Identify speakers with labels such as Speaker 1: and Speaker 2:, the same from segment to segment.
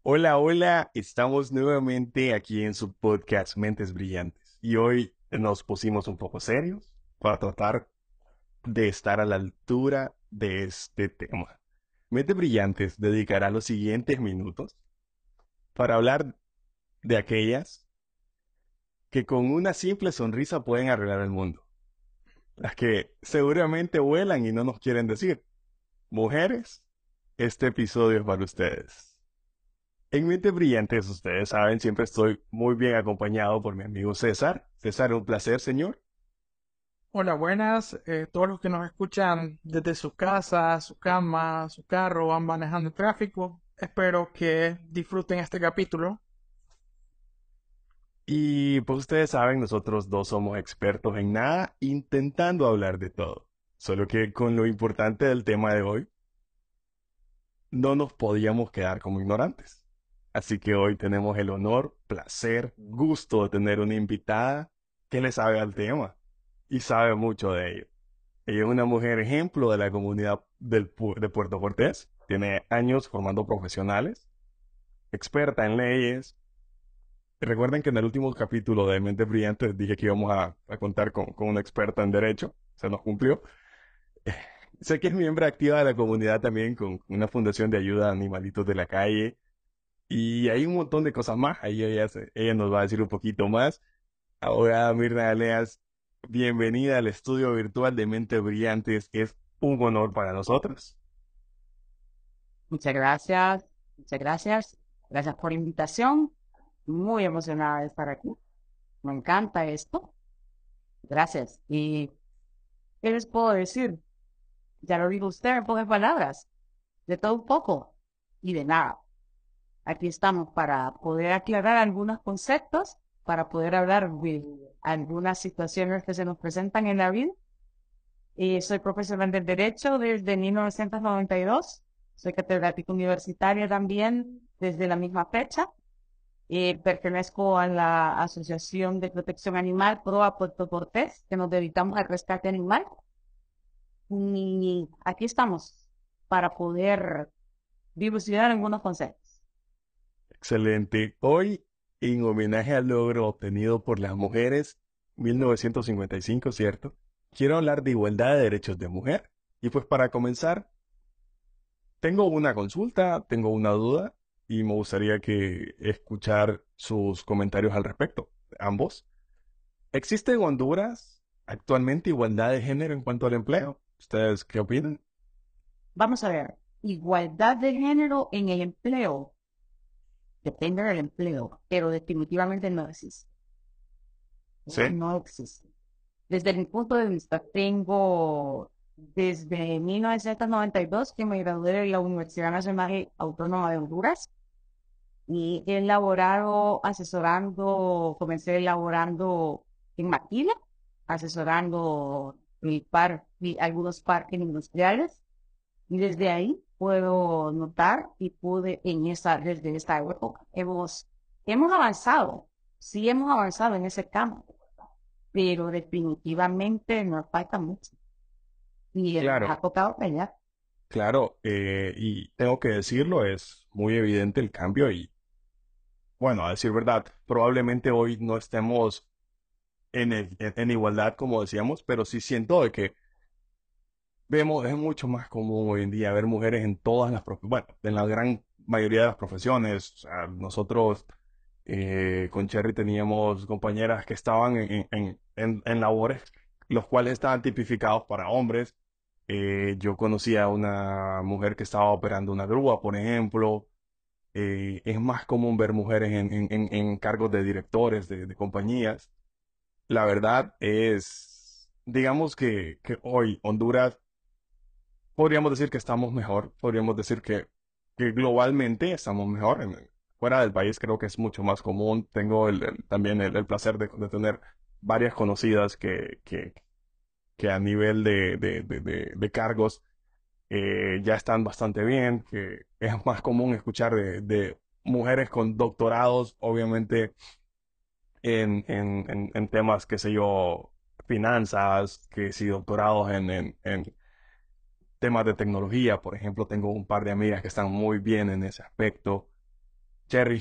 Speaker 1: Hola, hola, estamos nuevamente aquí en su podcast Mentes Brillantes y hoy nos pusimos un poco serios para tratar de estar a la altura de este tema. Mentes Brillantes dedicará los siguientes minutos para hablar de aquellas que con una simple sonrisa pueden arreglar el mundo, las que seguramente vuelan y no nos quieren decir. Mujeres, este episodio es para ustedes. En Mentes Brillantes, ustedes saben, siempre estoy muy bien acompañado por mi amigo César. César, un placer, señor.
Speaker 2: Hola, buenas. Todos los que nos escuchan desde su casa, su cama, su carro, van manejando el tráfico. Espero que disfruten este capítulo.
Speaker 1: Y pues ustedes saben, nosotros dos somos expertos en nada, intentando hablar de todo. Solo que con lo importante del tema de hoy, no nos podíamos quedar como ignorantes. Así que hoy tenemos el honor, placer, gusto de tener una invitada que le sabe al tema y sabe mucho de ello. Ella es una mujer ejemplo de la comunidad de Puerto Cortés. Tiene años formando profesionales, experta en leyes. Recuerden que en el último capítulo de Mentes Brillantes dije que íbamos a contar con una experta en derecho. Se nos cumplió. Sé que es miembro activa de la comunidad también con una fundación de ayuda a animalitos de la calle. Y hay un montón de cosas más. Ahí ella nos va a decir un poquito más. Abogada Mirna Aleas, bienvenida al estudio virtual de Mentes Brillantes. Es un honor para nosotros.
Speaker 3: Muchas gracias, muchas gracias. Gracias por la invitación. Muy emocionada de estar aquí. Me encanta esto. Gracias. ¿Y qué les puedo decir? Ya lo dijo usted en pocas palabras. De todo un poco y de nada. Aquí estamos para poder aclarar algunos conceptos, para poder hablar de algunas situaciones que se nos presentan en la vida. Y soy profesional del derecho desde 1992. Soy catedrática universitaria también desde la misma fecha. Pertenezco a la Asociación de Protección Animal PROA Puerto Cortés, que nos dedicamos al rescate animal. Y aquí estamos para poder dilucidar algunos conceptos.
Speaker 1: Excelente. Hoy, en homenaje al logro obtenido por las mujeres, 1955, ¿cierto? Quiero hablar de igualdad de derechos de mujer. Y pues para comenzar, tengo una consulta, tengo una duda y me gustaría que escuchar sus comentarios al respecto, ambos. ¿Existe en Honduras actualmente igualdad de género en cuanto al empleo? ¿Ustedes qué opinan?
Speaker 3: Vamos a ver, igualdad de género en el empleo. Depende del empleo, pero definitivamente no existe.
Speaker 1: Sí.
Speaker 3: No existe. Desde mi punto de vista, tengo desde 1992 que me gradué de la Universidad Nacional Autónoma de Honduras y he elaborado, asesorando, comencé elaborando en Maquila, asesorando algunos parques industriales y desde ahí puedo notar y pude desde esta época, hemos avanzado, sí hemos avanzado en ese campo, pero definitivamente nos falta mucho y nos
Speaker 1: Claro,
Speaker 3: ha tocado pelear.
Speaker 1: claro, y tengo que decirlo, es muy evidente el cambio y, bueno, a decir verdad, probablemente hoy no estemos en igualdad, como decíamos, pero sí siento de que vemos, es mucho más común hoy en día ver mujeres en todas las profesiones, bueno, en la gran mayoría de las profesiones. O sea, nosotros con Cherry teníamos compañeras que estaban en labores, los cuales estaban tipificados para hombres. Yo conocía a una mujer que estaba operando una grúa, por ejemplo. Es más común ver mujeres en cargos de directores de compañías. La verdad es, digamos que hoy Honduras podríamos decir que estamos mejor, podríamos decir que globalmente estamos mejor. Fuera del país creo que es mucho más común. Tengo también el placer de tener varias conocidas que a nivel de cargos ya están bastante bien, que es más común escuchar de mujeres con doctorados, obviamente en temas, qué sé yo, finanzas, que sí, doctorados en temas de tecnología. Por ejemplo, tengo un par de amigas que están muy bien en ese aspecto. Cherry.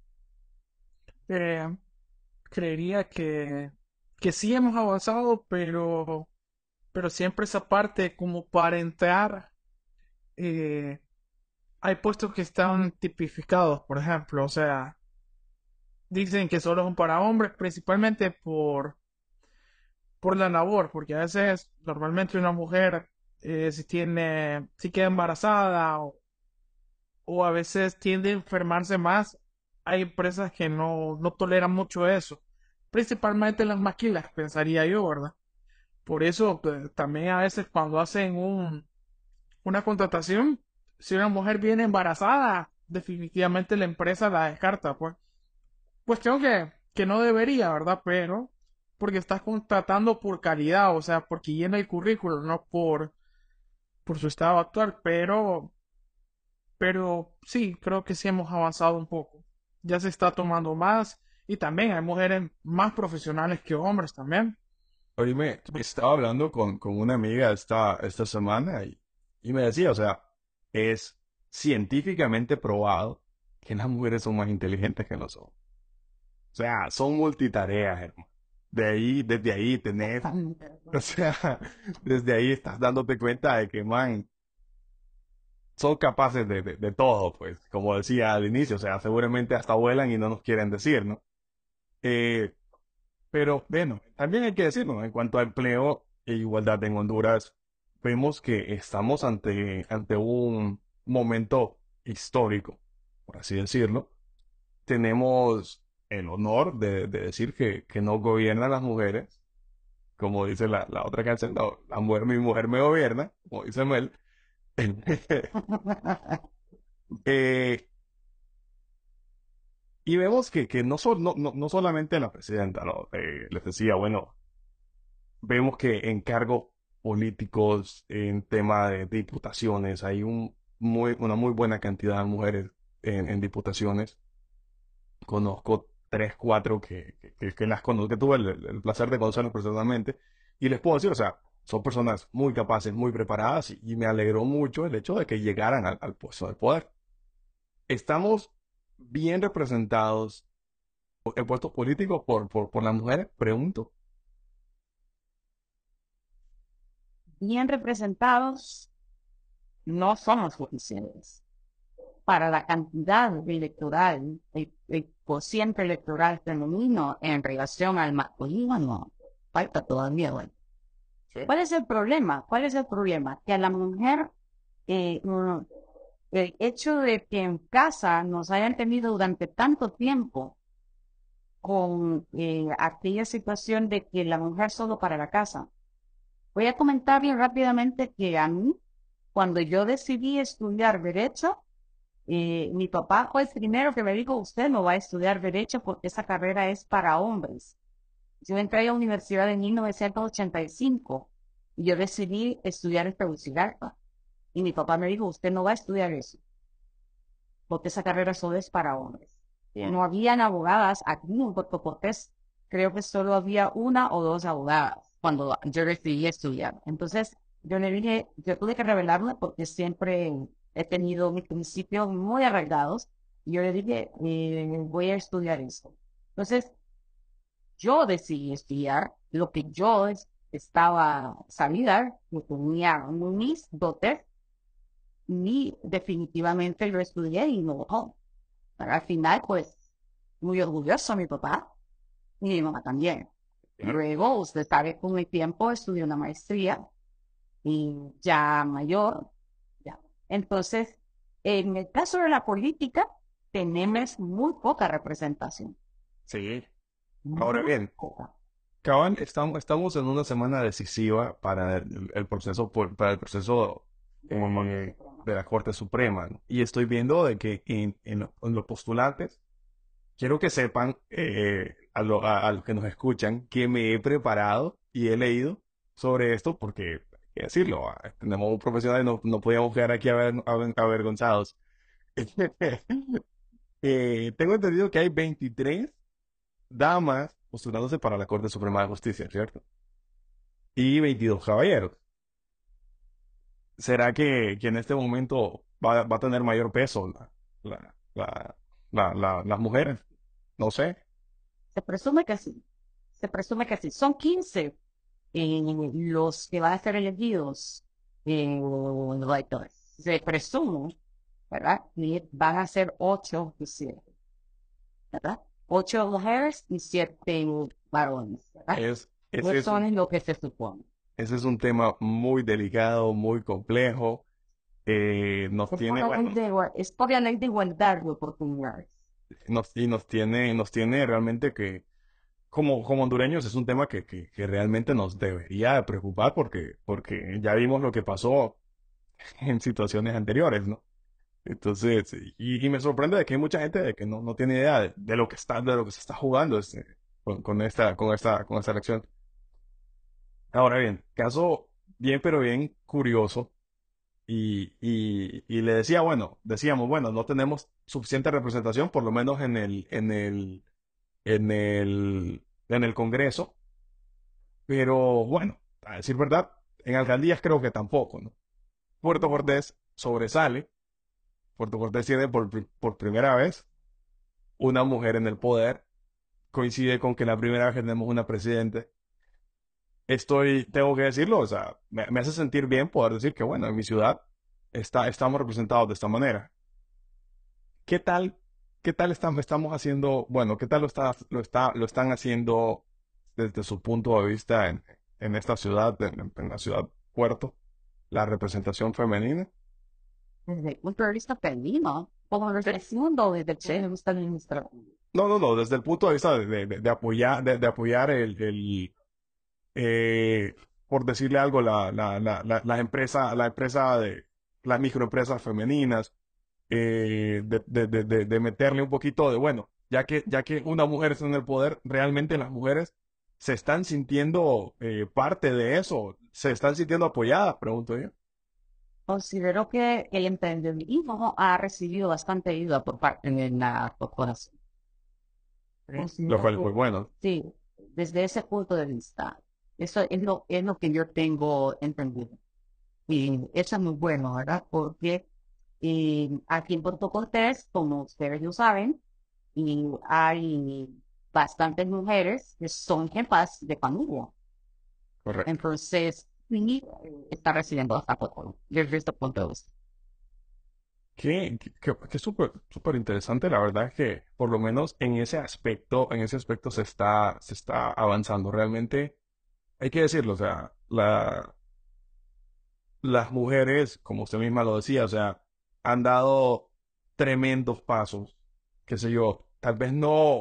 Speaker 2: Eh, Creería que sí hemos avanzado, pero siempre esa parte como para entrar, eh, hay puestos que están tipificados, por ejemplo, o sea, dicen que solo son para hombres, principalmente por la labor, porque a veces normalmente una mujer si queda embarazada o a veces tiende a enfermarse más, hay empresas que no toleran mucho eso, principalmente las maquilas, pensaría yo, ¿verdad? Por eso también a veces cuando hacen una contratación, si una mujer viene embarazada, definitivamente la empresa la descarta, pues. Cuestión que no debería, ¿verdad? Pero porque estás contratando por calidad, o sea, porque llena el currículum, no por su estado actual, pero sí, creo que sí hemos avanzado un poco. Ya se está tomando más y también hay mujeres más profesionales que hombres también.
Speaker 1: Oíme, estaba hablando con una amiga esta semana y me decía, o sea, es científicamente probado que las mujeres son más inteligentes que nosotros. O sea, son multitareas, hermano. Desde ahí tenés, o sea, desde ahí estás dándote cuenta de que, man, son capaces de todo, pues, como decía al inicio, o sea, seguramente hasta vuelan y no nos quieren decir, ¿no? Eh, pero bueno, también hay que decirlo, en cuanto a empleo e igualdad en Honduras, vemos que estamos ante un momento histórico, por así decirlo. Tenemos el honor de decir que no gobiernan las mujeres, como dice la otra canción, no, la mujer, mi mujer me gobierna, como dice Mel. Eh, y vemos que no solamente la presidenta, ¿no? Les decía, bueno, vemos que en cargos políticos, en tema de diputaciones, hay una muy buena cantidad de mujeres en diputaciones. Conozco tres, cuatro que las conozco, que tuve el placer de conocerlas personalmente, y les puedo decir, o sea, son personas muy capaces, muy preparadas, y me alegró mucho el hecho de que llegaran al puesto de poder. Estamos bien representados en puestos políticos por las mujeres, pregunto.
Speaker 3: Bien representados, no somos suficientes. Para la cantidad electoral, el cociente electoral femenino en relación al masculino, no, falta todavía, bueno.
Speaker 1: Sí.
Speaker 3: ¿Cuál es el problema? ¿Cuál es el problema? Que a la mujer, el hecho de que en casa nos hayan tenido durante tanto tiempo con aquella situación de que la mujer solo para la casa. Voy a comentar bien rápidamente que a mí, cuando yo decidí estudiar Derecho, mi papá fue el primero que me dijo, usted no va a estudiar Derecho porque esa carrera es para hombres. Yo entré a la universidad en 1985 y yo decidí estudiar el Tegucigalpa. Y mi papá me dijo, usted no va a estudiar eso, porque esa carrera solo es para hombres. No habían abogadas aquí en Puerto Cortés. Creo que solo había una o dos abogadas cuando yo decidí estudiar. Entonces, yo le dije, yo tuve que revelarme porque siempre he tenido mis principios muy arraigados. Y yo le dije, voy a estudiar eso. Entonces, yo decidí estudiar lo que yo estaba sabida, que tenía mis dotes, y definitivamente lo estudié y no dejó. Pero al final, pues, muy orgulloso mi papá y mi mamá también. Luego, usted sabe, con el tiempo estudié una maestría y ya mayor, ya. Entonces, en el caso de la política, tenemos muy poca representación.
Speaker 1: Sí. Ahora
Speaker 3: Muy
Speaker 1: bien,
Speaker 3: poca.
Speaker 1: cabal, estamos en una semana decisiva para el proceso, para el proceso de la Corte Suprema, ¿no? Y estoy viendo de que en los postulantes, quiero que sepan, a los que nos escuchan, que me he preparado y he leído sobre esto porque, hay que decirlo, tenemos un profesional y no podíamos quedar aquí avergonzados. Tengo entendido que hay 23 damas postulándose para la Corte Suprema de Justicia, ¿cierto? Y 22 caballeros. ¿Será que en este momento va a tener mayor peso la las mujeres, no sé.
Speaker 3: Se presume que sí. Se presume que sí. Son 15 los que van a ser elegidos en electores. Se presume, ¿verdad? Y van a ser 8 y 7, ¿verdad? 8 mujeres y 7 varones, ¿verdad?
Speaker 1: Ese es
Speaker 3: Eso es lo que se supone.
Speaker 1: ese es un tema muy delicado, muy complejo. Nos
Speaker 3: Es por
Speaker 1: tiene,
Speaker 3: la ley
Speaker 1: bueno,
Speaker 3: de, es por la ley de igualdad de oportunidades.
Speaker 1: nos tiene realmente que, como hondureños, es un tema que realmente nos debería de preocupar porque ya vimos lo que pasó en situaciones anteriores, ¿no? Entonces, y me sorprende de que hay mucha gente de que no tiene idea de lo que de lo que se está jugando con esta elección. Ahora bien, caso bien, pero bien curioso. Y le decía, bueno, decíamos, bueno, no tenemos suficiente representación, por lo menos en el Congreso, pero bueno, a decir verdad, en alcaldías creo que tampoco, ¿no? Puerto Cortés sobresale, Puerto Cortés tiene por primera vez una mujer en el poder, coincide con que la primera vez que tenemos una presidente. Tengo que decirlo, o sea, me hace sentir bien poder decir que, bueno, en mi ciudad estamos representados de esta manera. ¿Qué tal, estamos haciendo, bueno, qué tal lo están haciendo desde su punto de vista en esta ciudad, en la ciudad Puerto, la representación femenina?
Speaker 3: Desde el punto de vista femenino, como reflexión desde el ser está administrado.
Speaker 1: No, desde el punto de vista de apoyar, de apoyar eh, por decirle algo, la empresa las microempresas femeninas, de meterle un poquito de, bueno, ya que una mujer está en el poder, realmente las mujeres se están sintiendo parte de eso, se están sintiendo apoyadas, pregunto yo.
Speaker 3: Considero que el emprendimiento ha recibido bastante ayuda por parte de la corporación.
Speaker 1: Lo
Speaker 3: Considero
Speaker 1: cual, pues
Speaker 3: que
Speaker 1: bueno,
Speaker 3: sí, desde ese punto de vista, eso es lo que yo tengo entendido. Y eso es muy bueno, ¿verdad? Porque aquí en Puerto Cortés, como ustedes lo saben, y hay bastantes mujeres que son jefas de familia.
Speaker 1: correcto.
Speaker 3: Entonces, sí, está recibiendo hasta poco, desde este punto de vista.
Speaker 1: Que súper interesante, la verdad es que por lo menos en ese aspecto se está avanzando. Realmente, hay que decirlo, o sea, las mujeres, como usted misma lo decía, o sea, han dado tremendos pasos, qué sé yo, tal vez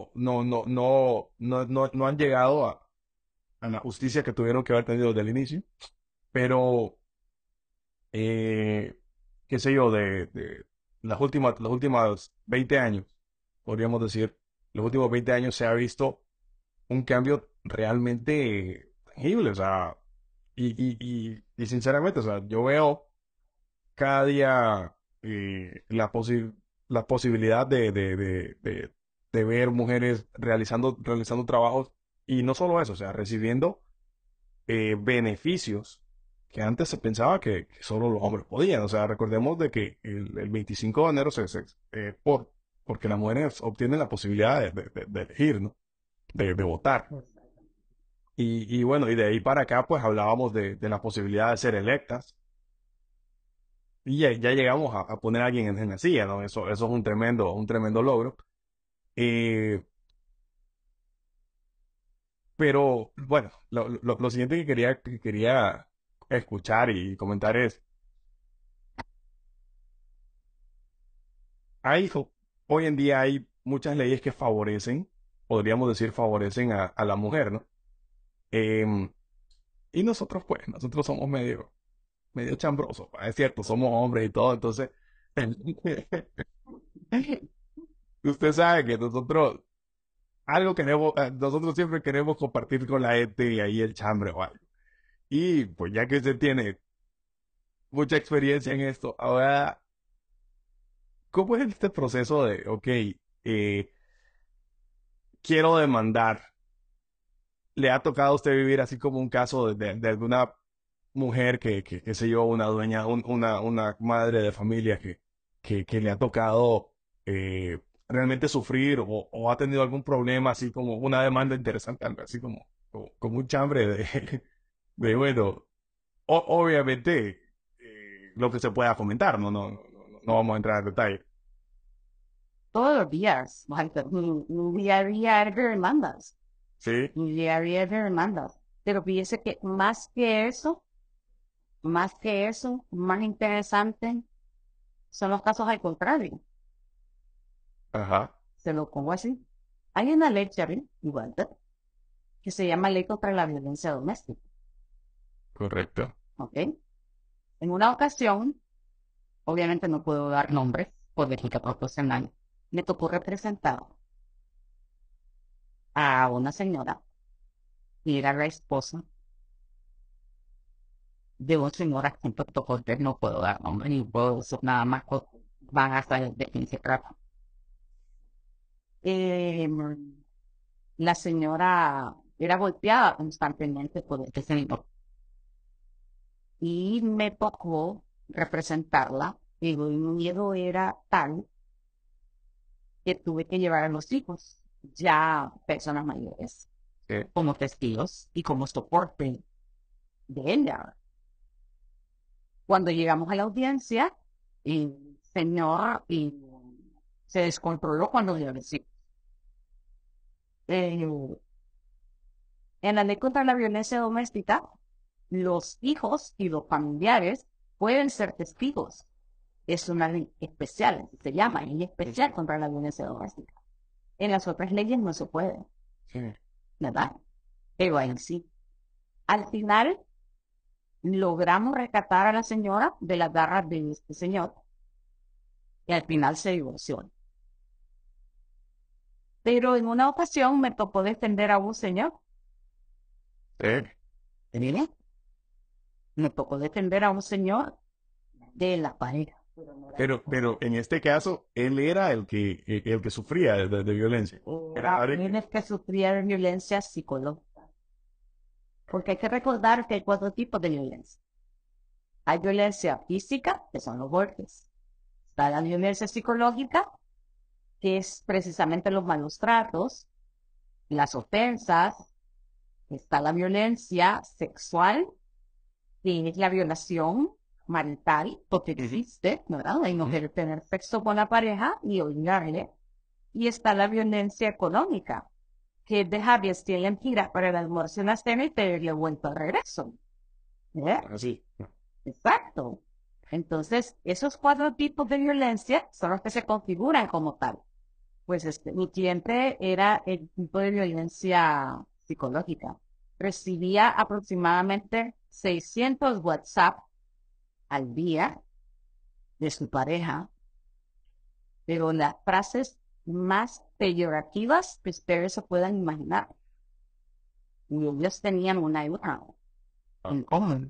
Speaker 1: no han llegado a la justicia que tuvieron que haber tenido desde el inicio, pero, eh, qué sé yo, de los últimos 20 años, podríamos decir, los últimos 20 años se ha visto un cambio realmente tangible, o sea, y sinceramente, o sea, yo veo cada día la posibilidad de ver mujeres realizando trabajos y no solo eso, o sea, recibiendo beneficios que antes se pensaba que solo los hombres podían. O sea, recordemos de que el 25 de enero porque las mujeres obtienen la posibilidad de elegir, ¿no? De votar. Y bueno, y de ahí para acá, pues hablábamos de la posibilidad de ser electas. Y ya llegamos a poner a alguien en la silla, ¿no? Eso es un tremendo logro. Eh, pero bueno, lo siguiente que quería escuchar y comentar es, hay, hoy en día hay muchas leyes que favorecen, podríamos decir, favorecen a la mujer, ¿no? Em, y nosotros, pues, nosotros somos medio chambrosos, es cierto, somos hombres y todo, entonces, usted sabe que nosotros siempre queremos compartir con la gente y ahí el chambre o algo. Y pues ya que usted tiene mucha experiencia en esto, ahora, ¿cómo es este proceso de, ok, quiero demandar? ¿Le ha tocado a usted vivir así como un caso de alguna mujer qué sé yo, una dueña, una madre de familia que le ha tocado realmente sufrir o ha tenido algún problema, así como una demanda interesante, algo así como un chambre de bueno, obviamente lo que se pueda comentar, no vamos a entrar en detalle.
Speaker 3: Todos los días, mi día a día es de demandas,
Speaker 1: Sí,
Speaker 3: mi día a día es de demandas. Pero fíjese que más que eso, más interesante son los casos al contrario.
Speaker 1: ajá,
Speaker 3: Se lo pongo así. Hay una ley, Charlie, igual, que se llama Ley contra la Violencia Doméstica,
Speaker 1: correcto.
Speaker 3: ¿ok? En una ocasión, obviamente no puedo dar nombres por ética profesional, me tocó representar a una señora y era la esposa de un señor a quien tocó, no puedo dar nombres ni puedo decir nada más, van a saber de quién se trata. Eh, la señora era golpeada constantemente por este señor y me tocó representarla y el miedo era tal que tuve que llevar a los hijos, ya personas mayores,
Speaker 1: Sí,
Speaker 3: como testigos y como soporte de ella. Cuando llegamos a la audiencia, el señor se descontroló cuando yo decía. En la ley contra la violencia doméstica, los hijos y los familiares pueden ser testigos. Es una ley especial, se llama ley especial contra la violencia doméstica. En las otras leyes no se puede,
Speaker 1: sí.
Speaker 3: ¿verdad? Pero ahí sí. Al final, logramos rescatar a la señora de las garras de este señor y al final se divorció. Pero en una ocasión me tocó defender a un señor.
Speaker 1: Sí.
Speaker 3: ¿Mire? Me tocó defender a un señor de la pareja.
Speaker 1: Pero en este caso, él era el que sufría de violencia. Era alguien
Speaker 3: Tienes que sufrir de violencia psicológica. Porque hay que recordar que hay 4 tipos de violencia. Hay violencia física, que son los golpes. Está la violencia psicológica, que es precisamente los malos tratos, las ofensas. Está la violencia sexual, que es la violación marital, porque existe, ¿verdad? Hay mujer tener sexo con la pareja y obligarle. Y está la violencia económica, que es dejar vestir mentira para el almuerzo en la cena y pedirle vuelto al regreso. ¿Eh?
Speaker 1: así.
Speaker 3: Exacto. Entonces, esos 4 tipos de violencia son los que se configuran como tal. Pues mi cliente era el tipo de violencia psicológica. Recibía aproximadamente 600 WhatsApp al día de su pareja, pero las frases más peyorativas que ustedes se puedan imaginar. Y ellos tenían una hija en común.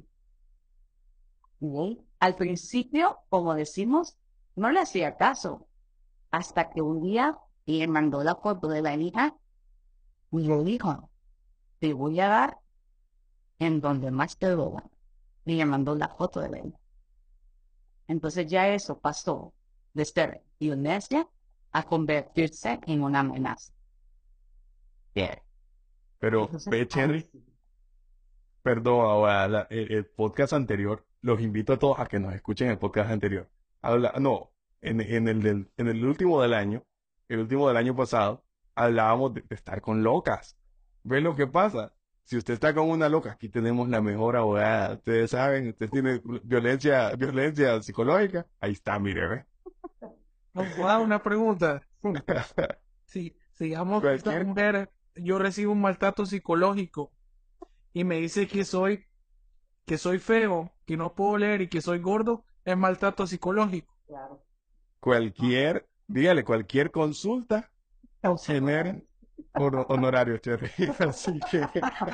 Speaker 3: ¿Sí? Al principio, como decimos, no le hacía caso, hasta que un día le mandó la foto de la hija y le dijo, te voy a dar en donde más te duela. Y le mandó la foto de la hija. Entonces ya eso pasó de ser violencia a convertirse en una amenaza. Bien.
Speaker 1: Pero,
Speaker 3: Entonces,
Speaker 1: ve, Henry, perdón, ahora, el podcast anterior, los invito a todos a que nos escuchen el podcast anterior. No, en el último del año, el último del año pasado, hablábamos de estar con locas. ¿Ven lo que pasa? Si usted está con una loca, aquí tenemos la mejor abogada. Ustedes saben, usted tiene violencia psicológica. Ahí está, mire, ¿ve?
Speaker 2: Una pregunta. Si, digamos, esta
Speaker 1: Cualquier,
Speaker 2: mujer, yo recibo un maltrato psicológico y me dice que soy feo, que no puedo leer y que soy gordo, es maltrato psicológico.
Speaker 1: dígale, cualquier consulta genera honorarios, Cherry. Así que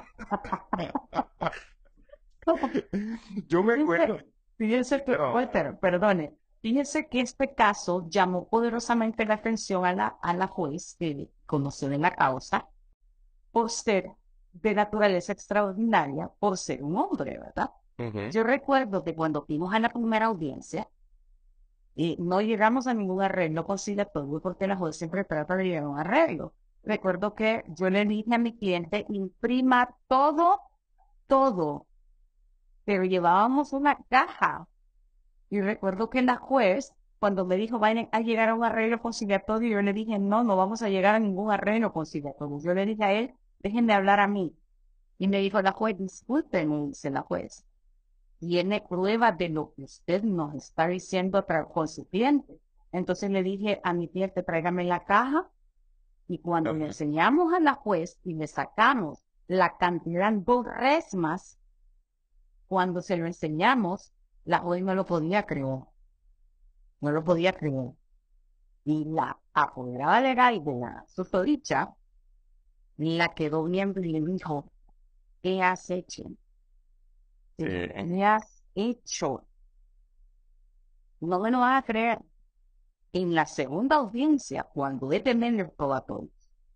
Speaker 1: yo me acuerdo.
Speaker 3: Fíjense que,
Speaker 1: No,
Speaker 3: Walter, perdone, fíjense que este caso llamó poderosamente la atención a la juez que conoció de la causa por ser de naturaleza extraordinaria, por ser un hombre, ¿verdad?
Speaker 1: ujú,
Speaker 3: Yo recuerdo que cuando fuimos a la primera audiencia, Y no llegamos a ningún arreglo conciliatorio porque la juez siempre trata de llegar a un arreglo. Recuerdo que yo le dije a mi cliente, imprima todo, todo, pero llevábamos una caja. Y recuerdo que la juez, cuando me dijo, vayan a llegar a un arreglo conciliatorio, yo le dije, no, no vamos a llegar a ningún arreglo conciliatorio. Yo le dije a él, dejen de hablar a mí. Y me dijo la juez, discúlpeme, dice la juez. Tiene prueba de lo que usted nos está diciendo con su cliente. Entonces le dije a mi cliente, tráigame la caja. Y cuando le
Speaker 1: Ajá.
Speaker 3: enseñamos a la juez y le sacamos la cantidad en 2 resmas, cuando se lo enseñamos, la juez no lo podía creer. No lo podía creer. Y la apoderada legal de la susodicha la quedó viendo y le dijo, ¿qué has hecho?
Speaker 1: Sí,
Speaker 3: ¿Qué has hecho? No me lo vas a creer. En la segunda audiencia, cuando es de medio probatorio,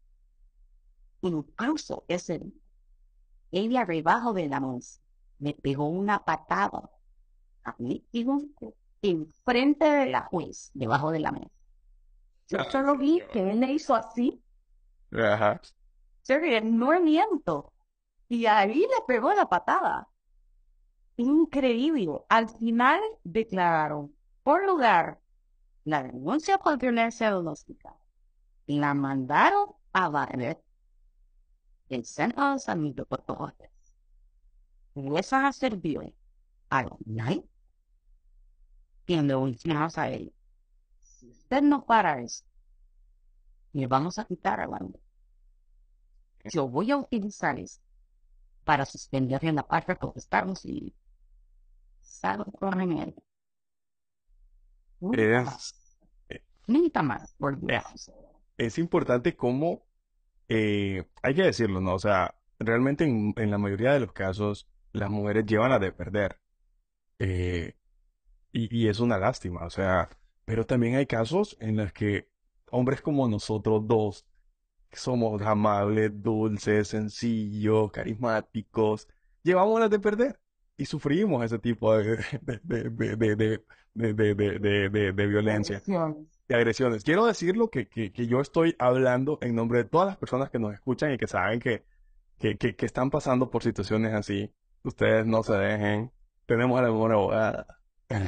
Speaker 3: incluso ese día, ella debajo de la mesa me pegó una patada a mí y enfrente de la juez, debajo de la mesa. Yo
Speaker 1: ay,
Speaker 3: solo vi
Speaker 1: señor.
Speaker 3: que él le hizo así,
Speaker 1: Ajá.
Speaker 3: serio, no miento. Y ahí le pegó la patada. Increíble. Al final declararon por lugar la denuncia por violencia doméstica. La mandaron a Barnet en Centro San Miguel por todos. Empiezan a servir a los night y le últimos a ellos. Si usted no para eso, le vamos a quitar a la luz. Yo voy a utilizar eso para suspenderle la parte porque estamos y salgo con él.
Speaker 1: Eh,
Speaker 3: Nunca más.
Speaker 1: eh,
Speaker 3: Nunca más volvemos.
Speaker 1: es importante cómo, hay que decirlo, ¿no? O sea, realmente en la mayoría de los casos, las mujeres llevan a de perder. Eh, y es una lástima, o sea, pero también hay casos en los que hombres como nosotros dos, que somos amables, dulces, sencillos, carismáticos, llevamos las de perder y sufrimos ese tipo de violencia,
Speaker 3: Agresiones.
Speaker 1: de agresiones. Quiero decirlo que yo estoy hablando en nombre de todas las personas que nos escuchan y que saben que están pasando por situaciones así. Ustedes no se dejen. Tenemos a la buena abogada.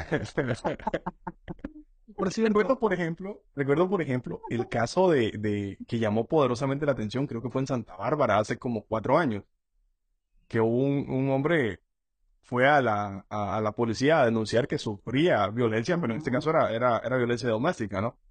Speaker 1: Por si recuerdo, por ejemplo, el caso de que llamó poderosamente la atención, creo que fue en Santa Bárbara hace como 4 años, que un hombre fue a la policía a denunciar que sufría violencia, pero en este caso era violencia doméstica, ¿no?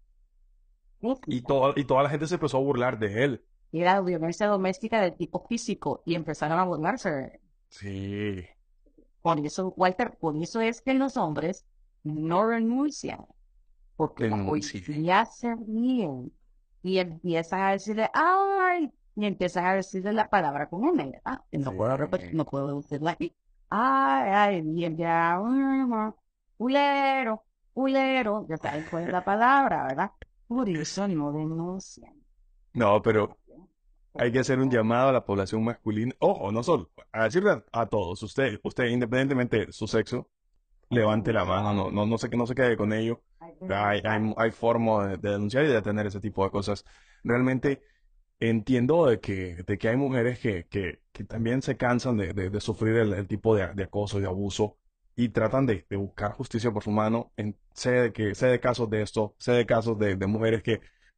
Speaker 1: Y toda la gente se empezó a burlar de él.
Speaker 3: Era violencia doméstica de tipo físico y empezaron a burlarse de él.
Speaker 1: Sí,
Speaker 3: Por eso, Walter, por eso es que los hombres no renuncian, porque la
Speaker 1: denuncia.
Speaker 3: policía se ríen y empiezan a decirle, ¡ay! Y empiezan a decirle la palabra con N, ¿verdad? Y no
Speaker 1: Sí.
Speaker 3: puedo repetir, no puedo decirla aquí. ¡Ay, ay! Y él ya, culero, culero, ya saben cuál es la palabra, ¿verdad? Por eso no denuncian.
Speaker 1: No, pero hay que hacer un llamado a la población masculina. Ojo, no solo, a decirle a todos, usted, independientemente de su sexo, levante la mano, no se quede con ello. Hay forma de denunciar y de detener ese tipo de cosas. Realmente entiendo de que hay mujeres que también se cansan de sufrir el tipo de acoso y de abuso y tratan de buscar justicia por su mano. Sé de casos de esto, sé de casos de mujeres que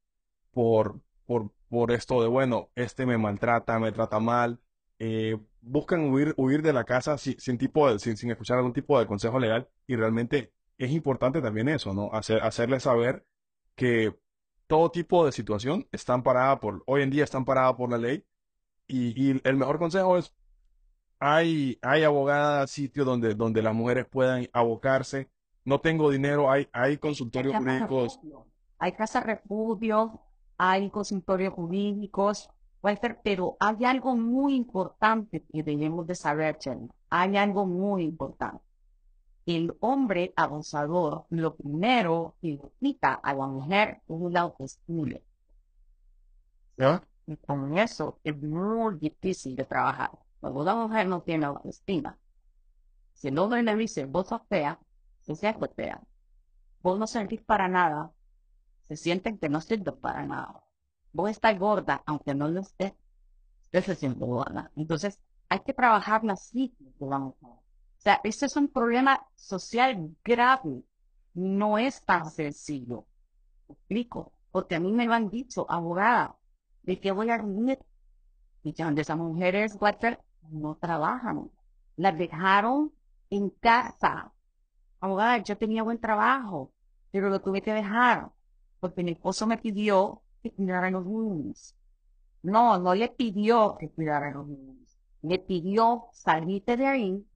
Speaker 1: por esto de, bueno, este me maltrata, me trata mal, buscan huir de la casa sin escuchar algún tipo de consejo legal y realmente es importante también eso, ¿no? Hacerles saber que todo tipo de situación hoy en día está amparada por la ley y el mejor consejo es, hay abogadas, sitios donde las mujeres puedan abocarse. No tengo dinero, hay
Speaker 3: Hay
Speaker 1: consultorios
Speaker 3: casas
Speaker 1: jurídicos.
Speaker 3: refugio, hay casas refugio, hay consultorios jurídicos, Walter, pero hay algo muy importante que debemos de saber, Chen. Hay algo muy importante. El hombre abusador, lo primero que le quita a la mujer es la autoestima.
Speaker 1: ¿Ya?
Speaker 3: Y con eso es muy difícil de trabajar. Cuando la mujer no tiene autoestima, si el hombre le dice, vos sos fea, se fea. vos no servís para nada, se sienten que no sirven para nada. Vos estás gorda, aunque no lo estés, usted se siente gorda. Entonces, hay que trabajar la psique de la mujer. O sea, este es un problema social grave. No es tan sencillo. ¿Me explico? Porque a mí me lo han dicho, abogada, ¿de qué voy a vivir? Y ya de esas mujeres, Walter, no trabajan. Las dejaron en casa. Abogada, yo tenía buen trabajo, pero lo tuve que dejar porque mi esposo me pidió que cuidara a los niños. No, no le pidió que cuidara a los niños. Le pidió salirte de ahí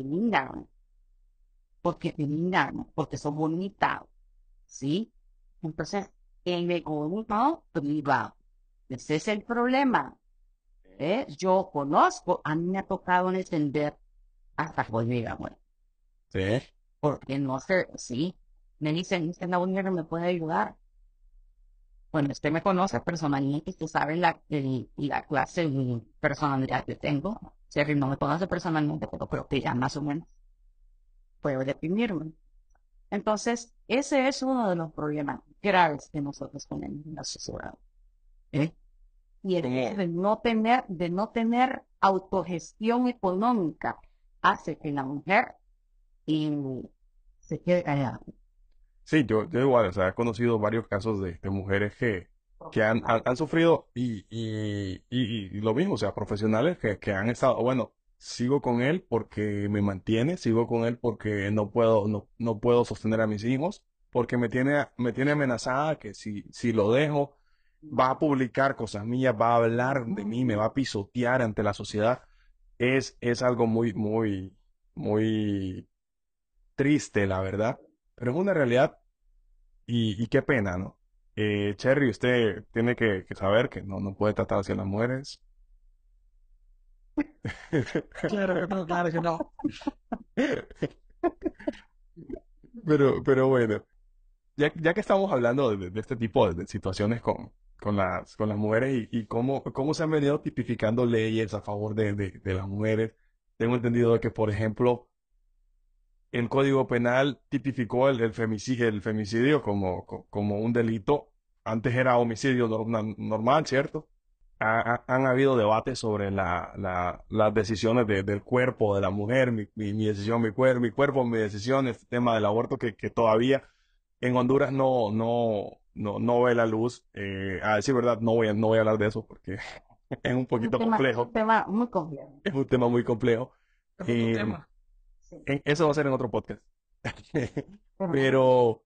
Speaker 3: porque te lindan, porque son bonitas, ¿sí? Entonces, el egoísmo priva. Ese es el problema. Yo conozco, a mí me ha tocado entender hasta volver a muerte.
Speaker 1: Sí.
Speaker 3: Porque no sé, sí. Me dicen, usted la única que me puede ayudar. Bueno, usted me conoce personalmente, usted sabe la clase de personalidad que tengo. Si no me conoce personalmente, pero creo que ya más o menos puedo definirme. Entonces, ese es uno de los problemas graves que nosotros tenemos en la sociedad. ¿eh? Y el
Speaker 1: Como,
Speaker 3: hecho de no tener autogestión económica hace que la mujer se quede callada.
Speaker 1: sí, yo igual, o sea, he conocido varios casos de mujeres que han sufrido y lo mismo, o sea, profesionales que han estado, bueno, sigo con él porque me mantiene, sigo con él porque no puedo sostener a mis hijos, porque me tiene amenazada que si lo dejo, va a publicar cosas mías, va a hablar de mí, me va a pisotear ante la sociedad. Es algo muy triste, la verdad, pero es una realidad y qué pena, ¿no? Cherry, usted tiene que saber que no puede tratar hacia las mujeres.
Speaker 2: Claro que no, claro que no.
Speaker 1: Pero bueno, ya que estamos hablando de este tipo de situaciones con las mujeres y cómo se han venido tipificando leyes a favor de las mujeres, tengo entendido de que, por ejemplo, el Código Penal tipificó el femicidio como un delito. Antes era homicidio normal, ¿cierto? Han habido debates sobre las decisiones del cuerpo de la mujer, mi decisión, mi cuerpo, mi decisión, este tema del aborto que todavía en Honduras no ve la luz. A decir verdad, no voy a hablar de eso porque es un poquito
Speaker 3: Un
Speaker 1: complejo,
Speaker 3: tema muy complejo.
Speaker 1: es un tema muy complejo.
Speaker 2: Es otro
Speaker 1: Eh,
Speaker 2: tema.
Speaker 3: Sí.
Speaker 1: eso va a ser en otro podcast.
Speaker 3: Pero,
Speaker 1: Pero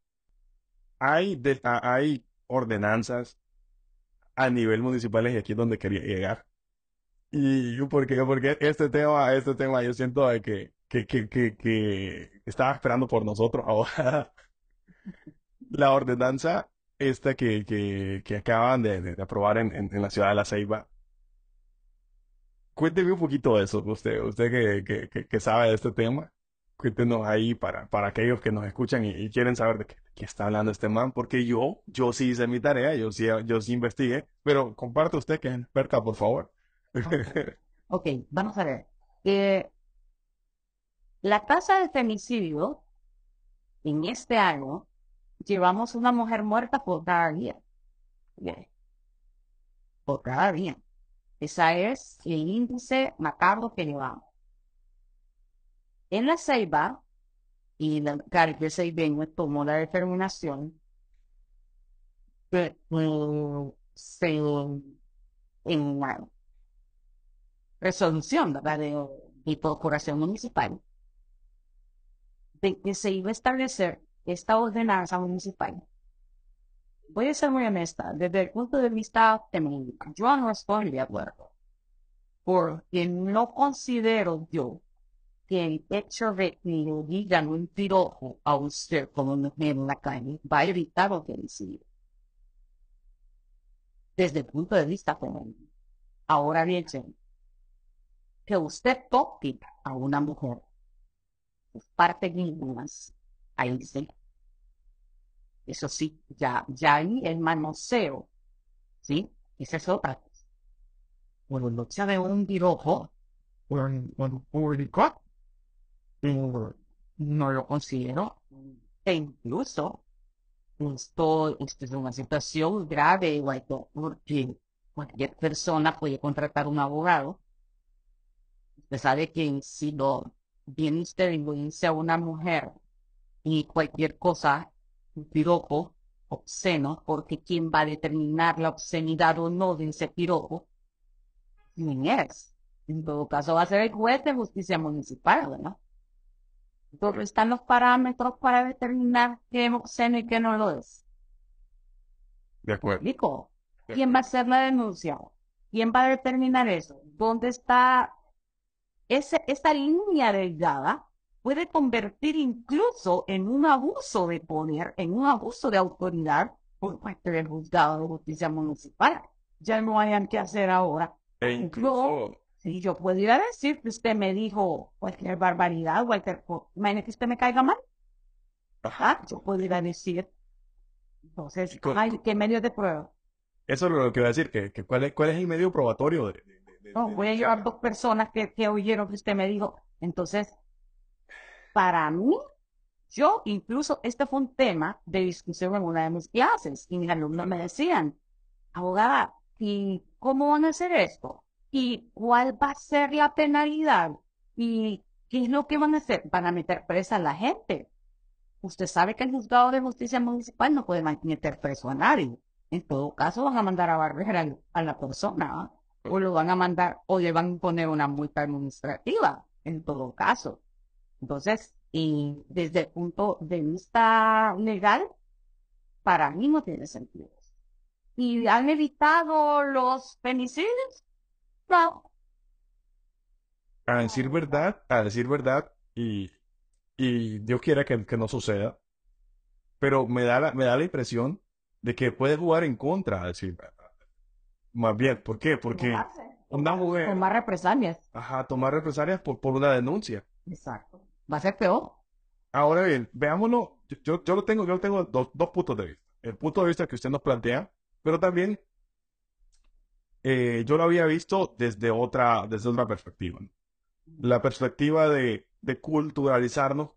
Speaker 1: hay ordenanzas a nivel municipal y aquí es donde quería llegar. Y porque este tema yo siento de que estaba esperando por nosotros ahora. La ordenanza esta que acaban de aprobar en la ciudad de La Ceiba. Cuénteme un poquito de eso, usted que sabe de este tema. Cuéntenos ahí para aquellos que nos escuchan y quieren saber de qué está hablando este man, porque yo sí hice mi tarea, yo sí investigué, pero comparte usted que es experta, por favor.
Speaker 3: ok, ok, vamos a ver. Eh, la tasa de femicidio en este año llevamos una mujer muerta por cada día. Bien, por cada día. Ese es el índice macabro que llevamos. En la Ceiba, y la alcalde ceibeño tomó la determinación de en la resolución, ¿verdad? De Procuración Municipal, de que se iba a establecer esta ordenanza municipal. Voy a ser muy honesta, desde el punto de vista femenino, yo no estoy de acuerdo, porque no considero yo que el hecho de que le digan un pirojo a usted como mujer en la calle va a evitar el femicidio, desde el punto de vista femenino. Ahora bien, que usted toque a una mujer, es parte de más, ahí sí, eso sí, ya ahí el manoseo, ¿sí? Esa es otra cosa. Bueno, no se de un pirojo, un público, no lo considero, e incluso esto es una situación grave, Guaidó, porque cualquier persona puede contratar un abogado. Usted sabe que si lo viene usted y lo dice a una mujer y cualquier cosa, un piropo obsceno, porque quién va a determinar la obscenidad o no de ese piropo, quién es. En todo caso, va a ser el juez de justicia municipal, ¿no? Entonces están los parámetros para determinar qué es obsceno y qué no lo es.
Speaker 1: De
Speaker 3: ¿Me
Speaker 1: acuerdo.
Speaker 3: explico?
Speaker 1: De
Speaker 3: ¿Quién va a
Speaker 1: acuerdo.
Speaker 3: hacer la denuncia? ¿Quién va a determinar eso? ¿Dónde está esa línea delgada? Puede convertir incluso en un abuso de poder, en un abuso de autoridad por parte del juzgado de justicia municipal. Ya no hayan que hacer ahora.
Speaker 1: E
Speaker 3: Yo,
Speaker 1: incluso,
Speaker 3: si yo pudiera decir que usted me dijo cualquier barbaridad, cualquier cosa, imagínate que usted me caiga mal,
Speaker 1: ajá,
Speaker 3: ¿ah? Yo pudiera decir,
Speaker 1: y
Speaker 3: entonces,
Speaker 1: con-
Speaker 3: ay, ¿qué medio de prueba?
Speaker 1: eso es lo que iba a decir, que cuál es el medio probatorio
Speaker 3: No,
Speaker 1: de
Speaker 3: voy a
Speaker 1: dicha.
Speaker 3: llevar dos personas que oyeron que usted me dijo. Entonces, para mí, yo incluso este fue un tema de discusión en una de mis clases y mis alumnos me decían, abogada, ¿y cómo van a hacer esto? ¿Y cuál va a ser la penalidad? ¿Y qué es lo que van a hacer? Van a meter presa a la gente. Usted sabe que el juzgado de justicia municipal no puede meter preso a nadie. En todo caso, van a mandar a barrer a la persona, ¿ah? O lo van a mandar, o le van a poner una multa administrativa, en todo caso. Entonces, y desde el punto de vista legal, para mí no tiene sentido. ¿Y han evitado los femicidios? No.
Speaker 1: A decir verdad, y Dios quiera que no suceda, pero me da la impresión de que puede jugar en contra, a decir verdad. Más bien, ¿por qué?
Speaker 3: Lo
Speaker 1: Porque
Speaker 3: hace.
Speaker 1: una
Speaker 3: Con
Speaker 1: mujer,
Speaker 3: más represalias.
Speaker 1: ajá, tomar represalias por una denuncia.
Speaker 3: Exacto. Va a ser peor.
Speaker 1: Ahora bien, veámoslo, yo lo tengo dos puntos de vista. El punto de vista que usted nos plantea, pero también yo lo había visto desde otra perspectiva, ¿no? La perspectiva de culturalizarnos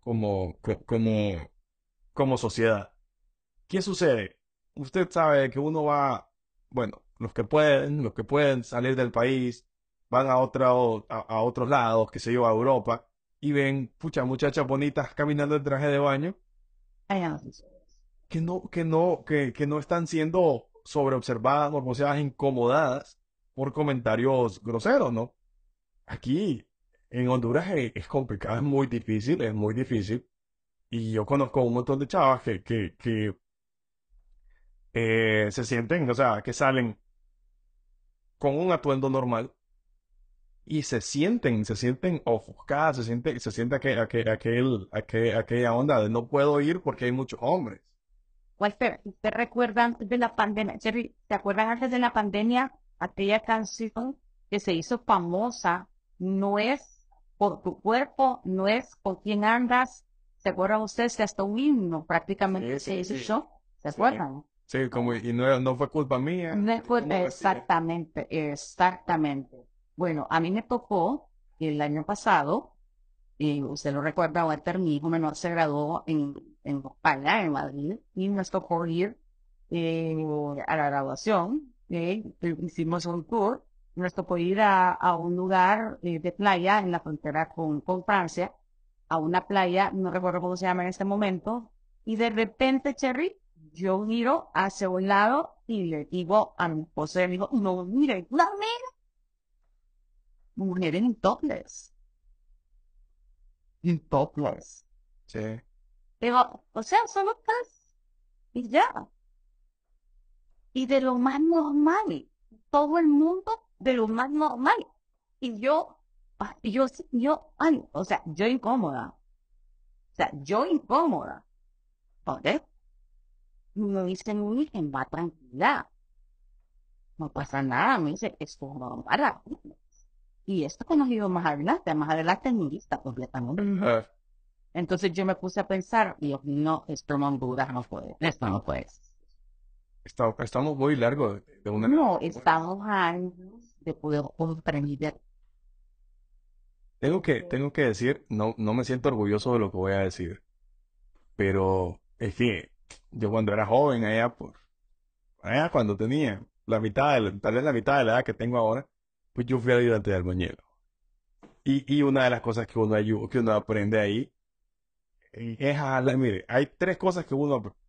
Speaker 1: como sociedad. ¿Qué sucede? Usted sabe que uno va, bueno, los que pueden salir del país, van a otros lados, que se yo, a Europa, y ven, pucha, muchachas bonitas caminando en traje de baño,
Speaker 3: Ay, no, sí, sí.
Speaker 1: que no están siendo sobreobservadas, morboseadas, incomodadas por comentarios groseros, ¿no? Aquí, en Honduras, es complicado, es muy difícil. Y yo conozco un montón de chavas que se sienten, o sea, que salen con un atuendo normal y se sienten ofuscadas, se siente aquella onda de no puedo ir porque hay muchos hombres.
Speaker 3: Walter, ¿usted recuerda antes de la pandemia? Jerry, ¿te acuerdas antes de la pandemia aquella canción que se hizo famosa? No es por tu cuerpo, no es por quién andas. ¿Se acuerdan ustedes que hasta un himno prácticamente
Speaker 1: Sí,
Speaker 3: se
Speaker 1: sí,
Speaker 3: hizo
Speaker 1: sí.
Speaker 3: show? ¿Se
Speaker 1: Sí,
Speaker 3: acuerdan?
Speaker 1: sí, como, y no, no fue culpa mía.
Speaker 3: No fue
Speaker 1: ¿Cómo decía?
Speaker 3: exactamente, exactamente. Bueno, a mí me tocó el año pasado, y usted lo recuerda, Walter, mi hijo menor se graduó en España, en Madrid, y nos tocó ir eh, a la graduación. Hicimos un tour, nos tocó ir a un lugar de playa en la frontera con Francia, a una playa, no recuerdo cómo se llama en este momento, y de repente, Cherry, yo miro hacia un lado y le digo a mi esposa, le digo, no, mire, una mujer en topless, en topless.
Speaker 1: Sí.
Speaker 3: Digo, o sea, solo tres y ya. Y de lo más normal. Todo el mundo de lo más normal. Y yo, ay, o sea, yo incómoda. O sea, yo incómoda. ¿Vale? Me dice, mi virgen, va tranquila. No pasa nada. Me dice, esto es normal. Y esto que nos ido más adelante en mi lista completamente.
Speaker 1: Ajá.
Speaker 3: Entonces yo me puse a pensar, Dios mío, esto no Honduras no puede, esto no puede.
Speaker 1: Estamos muy largos de una...
Speaker 3: No, estamos a años de poder comprender.
Speaker 1: Tengo que decir, no me siento orgulloso de lo que voy a decir, pero es que Yo cuando era joven, allá cuando tenía tal vez la mitad de la edad que tengo ahora, pues yo fui ayudante de albañil. Y una de las cosas que uno aprende ahí es a jalar, mire, hay tres cosas que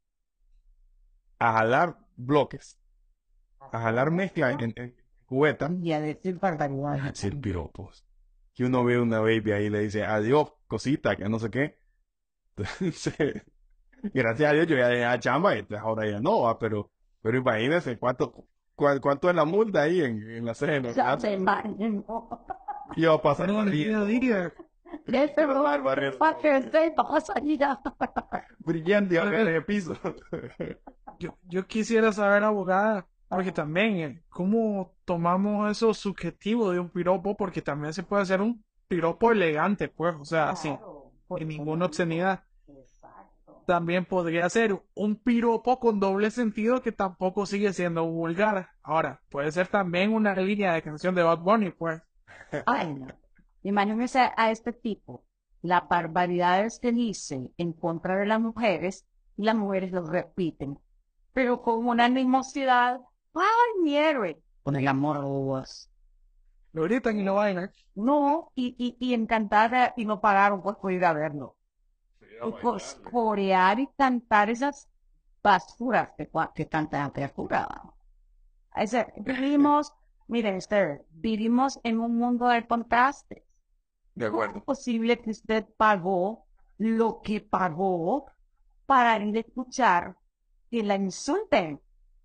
Speaker 1: a jalar bloques, a jalar mezcla en cubeta,
Speaker 3: Y a decir barbaridad.
Speaker 1: a decir piropos. Que uno ve una baby ahí y le dice, adiós, cosita, que no sé qué. Entonces, gracias a Dios yo ya dejé chamba y entonces ahora ya no, pero imagínense cuánto es la multa ahí en la cena.
Speaker 3: Ya se imagino.
Speaker 1: Y yo pasar
Speaker 2: No, el día a día.
Speaker 3: Ese
Speaker 1: barriendo
Speaker 3: para que sepa salir a...
Speaker 1: brillante acá en el piso.
Speaker 2: Yo quisiera saber, abogada, porque también, ¿cómo tomamos eso subjetivo de un piropo? Porque también se puede hacer un piropo elegante, pues, o sea, sin ninguna obscenidad.
Speaker 3: Exacto.
Speaker 2: También podría ser un piropo con doble sentido que tampoco sigue siendo vulgar. Ahora, puede ser también una línea de canción de Bad Bunny, pues.
Speaker 3: Ay, no. Imagínense a este tipo, las barbaridades que dice en contra de las mujeres, y las mujeres lo repiten, pero con una animosidad. ¡Ay, mi héroe! Con el amor a vos.
Speaker 2: Lo gritan y lo bailan.
Speaker 3: No, y encantada, y no pagaron pues por ir a verlo. Y pues corear y cantar esas basuras que canta la criatura. Vivimos, miren, usted, vivimos en un mundo de contrastes.
Speaker 1: De
Speaker 3: ¿Cómo es
Speaker 1: acuerdo.
Speaker 3: posible que usted pagó lo que pagó para ir a escuchar que la insulten?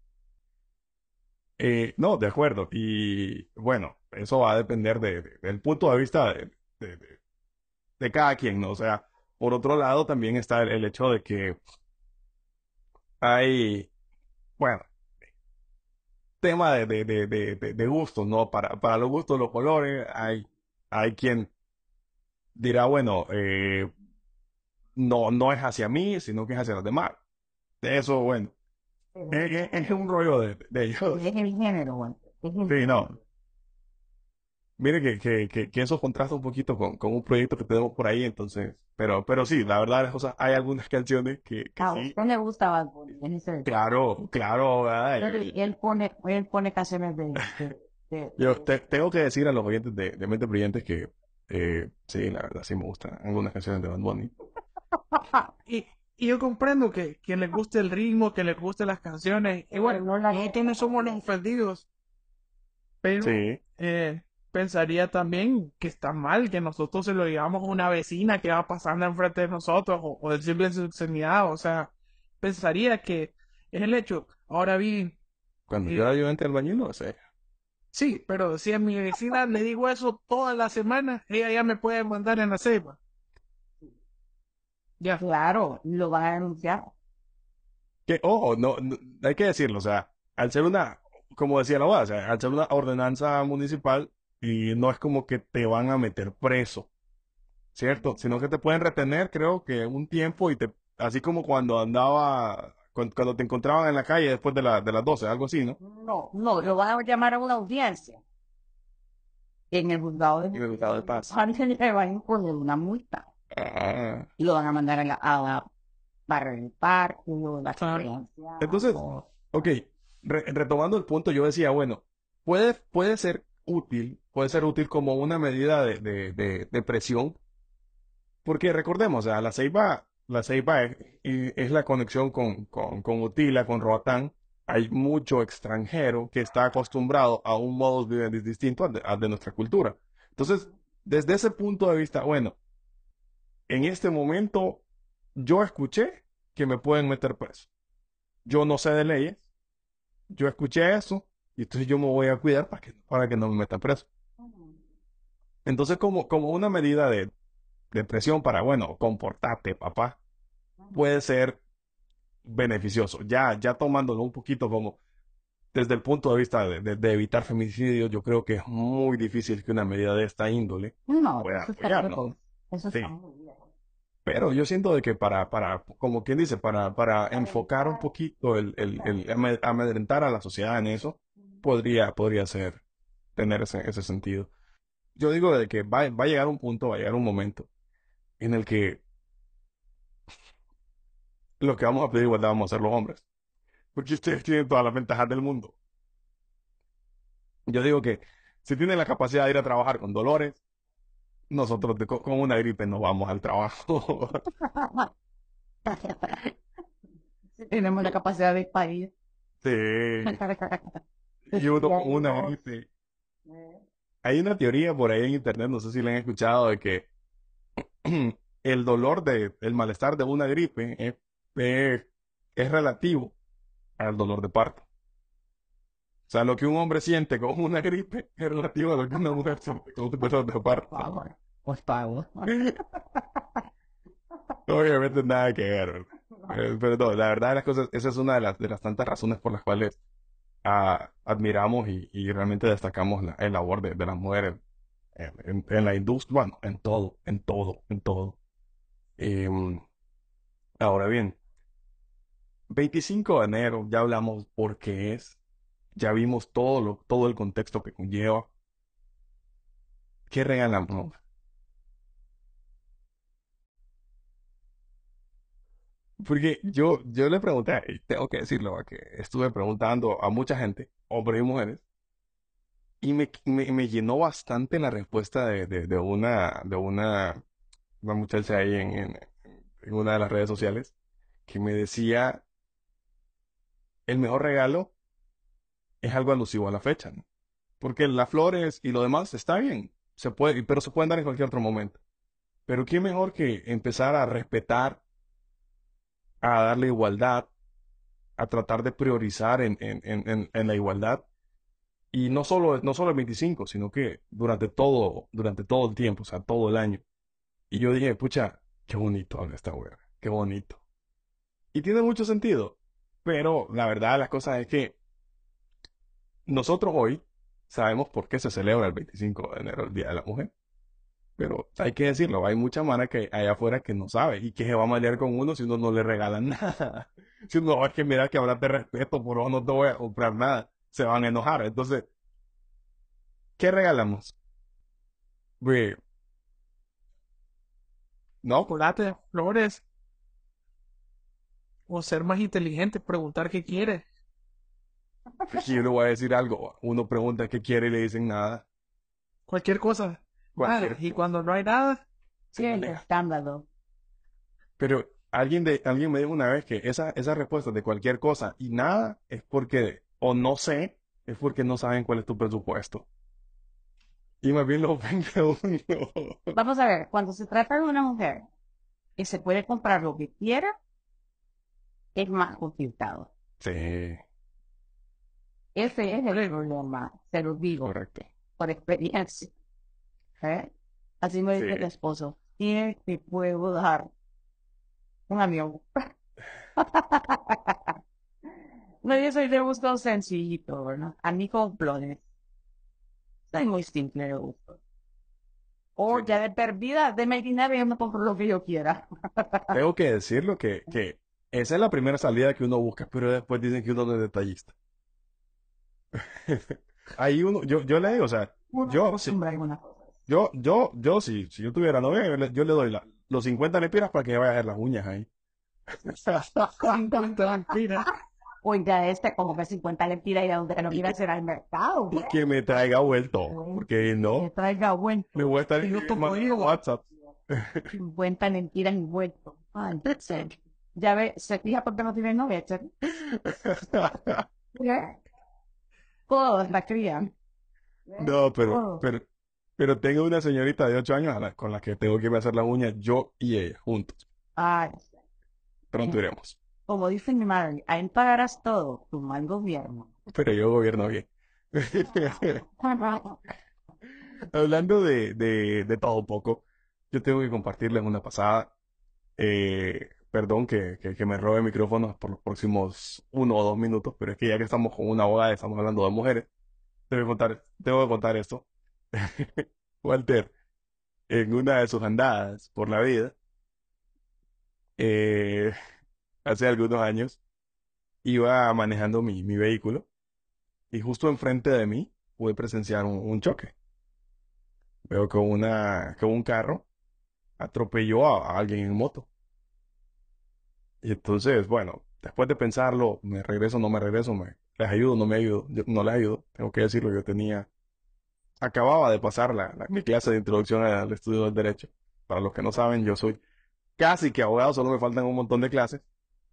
Speaker 1: No, de acuerdo. Y bueno, eso va a depender del punto de vista de- de- de cada quien, ¿no? O sea, por otro lado también está el hecho de que hay, bueno, tema de gustos, ¿no? Para los gustos, los colores, hay quien dirá, bueno, no es hacia mí, sino que es hacia los demás. De eso, bueno, es un rollo de ellos.
Speaker 3: Es el género, bueno, es el
Speaker 1: Sí, no.
Speaker 3: género.
Speaker 1: Mire que eso contrasta un poquito con un proyecto que tenemos por ahí, entonces, pero sí, la verdad, o sea, hay algunas canciones que
Speaker 3: A
Speaker 1: sí,
Speaker 3: usted le gusta Bad Bunny, en serio.
Speaker 1: claro, claro, ¿verdad?
Speaker 3: Pero él pone canciones
Speaker 1: Tengo que decir a los oyentes de Mente Brillantes que sí, la verdad, sí me gustan algunas canciones de Bad Bunny.
Speaker 2: Y, y yo comprendo que les guste el ritmo, que les gusten las canciones. Y bueno,
Speaker 3: no la
Speaker 2: nosotros no somos los ofendidos, pero
Speaker 1: Sí,
Speaker 2: pensaría también que está mal que nosotros se lo digamos a una vecina que va pasando enfrente de nosotros o decirle su obscenidad. O sea, pensaría que es el hecho. Ahora bien,
Speaker 1: cuando yo
Speaker 2: eh,
Speaker 1: era ayudante del albañil, no sé.
Speaker 2: sí, pero si a mi vecina le digo eso toda la semana, ella ya me puede mandar en la ceiba. Ya.
Speaker 3: Claro, lo van a denunciar.
Speaker 1: Que, ojo, no, hay que decirlo, o sea, al ser como decía la abogada, o sea, al ser una ordenanza municipal, y no es como que te van a meter preso, ¿cierto? Sino que te pueden retener, creo que un tiempo así como cuando te encontraban en la calle después de las 12 algo así, ¿no?
Speaker 3: No, no, lo van a llamar a una audiencia en el juzgado
Speaker 1: Y
Speaker 3: de
Speaker 1: me gustaba de paz.
Speaker 3: Hansen le van a imponer una multa
Speaker 1: Ah.
Speaker 3: y lo van a mandar a la barra del parque o la
Speaker 2: Claro.
Speaker 3: experiencia.
Speaker 1: Entonces, ok, retomando el punto, yo decía, bueno, puede ser útil como una medida de presión. Porque recordemos, o sea, la Ceiba es la conexión con Utila, con Roatán. Hay mucho extranjero que está acostumbrado a un modo de vida distinto al de nuestra cultura. Entonces, desde ese punto de vista, bueno, en este momento yo escuché que me pueden meter preso. Yo no sé de leyes, yo escuché eso y entonces yo me voy a cuidar para que no me metan preso. Entonces, como una medida de presión para, bueno, comportarte, papá, puede ser beneficioso. Ya tomándolo un poquito como desde el punto de vista de evitar femicidios, yo creo que es muy difícil que una medida de esta índole
Speaker 3: No,
Speaker 1: pueda
Speaker 3: eso está
Speaker 1: apoyarnos.
Speaker 3: lejos. Eso
Speaker 1: Sí,
Speaker 3: está muy lejos.
Speaker 1: pero yo siento de que como quien dice, para enfocar un poquito amedrentar a la sociedad en eso, podría tener ese sentido. Yo digo de que va a llegar un punto, va a llegar un momento en el que lo que vamos a pedir igualdad vamos a ser los hombres. Porque ustedes tienen todas las ventajas del mundo. Yo digo que si tienen la capacidad de ir a trabajar con dolores, nosotros con una gripe no vamos al trabajo.
Speaker 3: Tenemos la capacidad de parir.
Speaker 1: Sí. Y uno con una gripe. Hay una teoría por ahí en internet, no sé si la han escuchado, de que el malestar de una gripe es, es relativo al dolor de parto. O sea, lo que un hombre siente con una gripe es relativo a lo que una mujer siente con un dolor de
Speaker 3: Por
Speaker 1: parto.
Speaker 3: favor, por favor.
Speaker 1: Obviamente nada que ver, ¿verdad? Pero no, la verdad de las cosas, esa es una de las tantas razones por las cuales admiramos y realmente destacamos el labor de las mujeres en la industria, bueno, en todo, en todo, en todo. Em, Ahora bien, 25 de enero, ya hablamos por qué es, ya vimos todo el contexto que conlleva. ¿Qué regalamos? Porque yo le pregunté, y tengo que decirlo, que estuve preguntando a mucha gente, hombres y mujeres, y me llenó bastante la respuesta una muchacha ahí en una de las redes sociales, que me decía, el mejor regalo es algo alusivo a la fecha, ¿no? Porque las flores y lo demás está bien, se puede, pero se pueden dar en cualquier otro momento. Pero qué mejor que empezar a respetar, a darle igualdad, a tratar de priorizar en la igualdad. Y no solo el 25 sino que durante todo el tiempo, o sea, todo el año. Y yo dije, pucha, qué bonito habla esta wea, qué bonito. Y tiene mucho sentido. Pero la verdad de las cosas es que nosotros hoy sabemos por qué se celebra el 25 de enero, el Día de la Mujer. Pero hay que decirlo, hay mucha mana que allá afuera que no sabe y que se va a malear con uno si uno no le regalan nada. Si uno "Oh, es que mira que hablas de respeto, por eso no te voy a comprar nada", se van a enojar. Entonces, ¿qué regalamos? Pues, no,
Speaker 2: Chocolate, flores, o ser más inteligente, preguntar qué quiere.
Speaker 1: pues yo le voy a decir algo. Uno pregunta qué quiere y le dicen nada.
Speaker 2: Cualquier cosa.
Speaker 1: Cualquier
Speaker 2: Y
Speaker 1: cosa.
Speaker 2: cuando no hay nada,
Speaker 3: Sí, el escándalo.
Speaker 1: Pero alguien me dijo una vez que esa respuesta de cualquier cosa y nada es porque, o no sé, es porque no saben cuál es tu presupuesto. Y más bien lo ofende a uno.
Speaker 3: Vamos a ver, cuando se trata de una mujer que se puede comprar lo que quiera, es más complicado.
Speaker 1: Sí,
Speaker 3: Ese es el problema, se lo digo,
Speaker 1: correcto.
Speaker 3: por experiencia. ¿Eh? Así me
Speaker 1: Sí,
Speaker 3: dice el esposo, ¿qué te puedo dar? Un avión. No, yo soy de gusto sencillito, ¿verdad? A mí con flores. Soy muy simple de gusto. O
Speaker 1: sí.
Speaker 3: ya de perdida, deme el dinero y yo me compro lo que yo quiera.
Speaker 1: Tengo que decirlo que esa es la primera salida que uno busca, pero después dicen que uno no es detallista. Ahí yo le digo, o sea,
Speaker 3: Uno
Speaker 1: yo, sí,
Speaker 3: acostumbra a algunas cosas.
Speaker 1: si yo tuviera novia, yo le doy los 50 lempiras para que vaya a hacer las uñas ahí.
Speaker 2: tranquila.
Speaker 3: Oiga, como que 50 le pida ir a donde no quiera hacer al mercado,
Speaker 1: Y
Speaker 3: güey.
Speaker 1: que me traiga vuelto, porque
Speaker 3: Que
Speaker 1: no,
Speaker 3: traiga buen
Speaker 1: me voy a estar
Speaker 2: Y yo
Speaker 1: escribiendo
Speaker 2: toco
Speaker 1: más
Speaker 2: higo.
Speaker 1: WhatsApp.
Speaker 3: 50 mentiras envuelto. Ay, ya ve, se fija porque no tiene novia, ¿cierto? Todos la crían.
Speaker 1: No,
Speaker 3: Todos.
Speaker 1: pero tengo una señorita de 8 años con la que tengo que irme a hacer las uñas, yo y ella, juntos.
Speaker 3: Ay,
Speaker 1: Pronto iremos.
Speaker 3: como dice mi madre, ahí pagarás todo, tu mal gobierno.
Speaker 1: Pero yo gobierno bien. Hablando de todo un poco, yo tengo que compartirles una pasada. Perdón que me robe micrófonos por los próximos 1 o 2 minutos, pero es que ya que estamos con una abogada, estamos hablando de mujeres, tengo que contar esto. Walter, en una de sus andadas por la vida, eh, hace algunos años, iba manejando mi vehículo y justo enfrente de mí pude presenciar un choque. Veo que un carro atropelló a alguien en moto. Y entonces, bueno, después de pensarlo, me regreso, no me regreso, les ayudo, no me ayudo, no les ayudo, tengo que decirlo, acababa de pasar mi clase de introducción al estudio del derecho. Para los que no saben, yo soy casi que abogado, solo me faltan un montón de clases.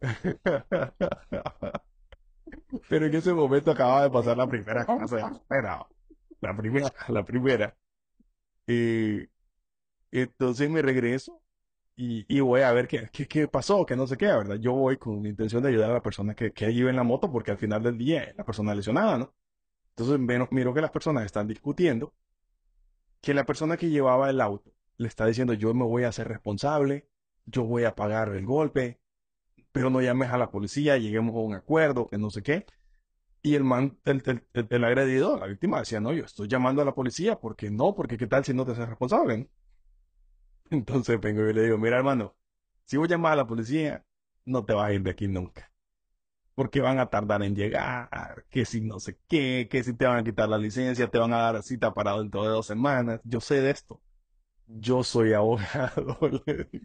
Speaker 1: Pero en ese momento acababa de pasar la primera clase de la carrera. La primera. Y entonces me regreso y voy a ver qué pasó, que no sé qué, ¿verdad? Yo voy con la intención de ayudar a la persona que iba en la moto, porque al final del día es la persona lesionada, ¿no? Entonces miro que las personas están discutiendo, que la persona que llevaba el auto le está diciendo, yo me voy a hacer responsable, yo voy a pagar el golpe, pero no llames a la policía, lleguemos a un acuerdo, que no sé qué. Y el man, el agredido, la víctima, decía, no, yo estoy llamando a la policía, porque no, porque qué tal si no te haces responsable, ¿no? Entonces vengo y le digo, mira hermano, si vos llamas a la policía, no te vas a ir de aquí nunca, porque van a tardar en llegar, que si no sé qué, que si te van a quitar la licencia, te van a dar cita para dentro de 2 semanas, yo sé de esto, yo soy abogado. Le digo.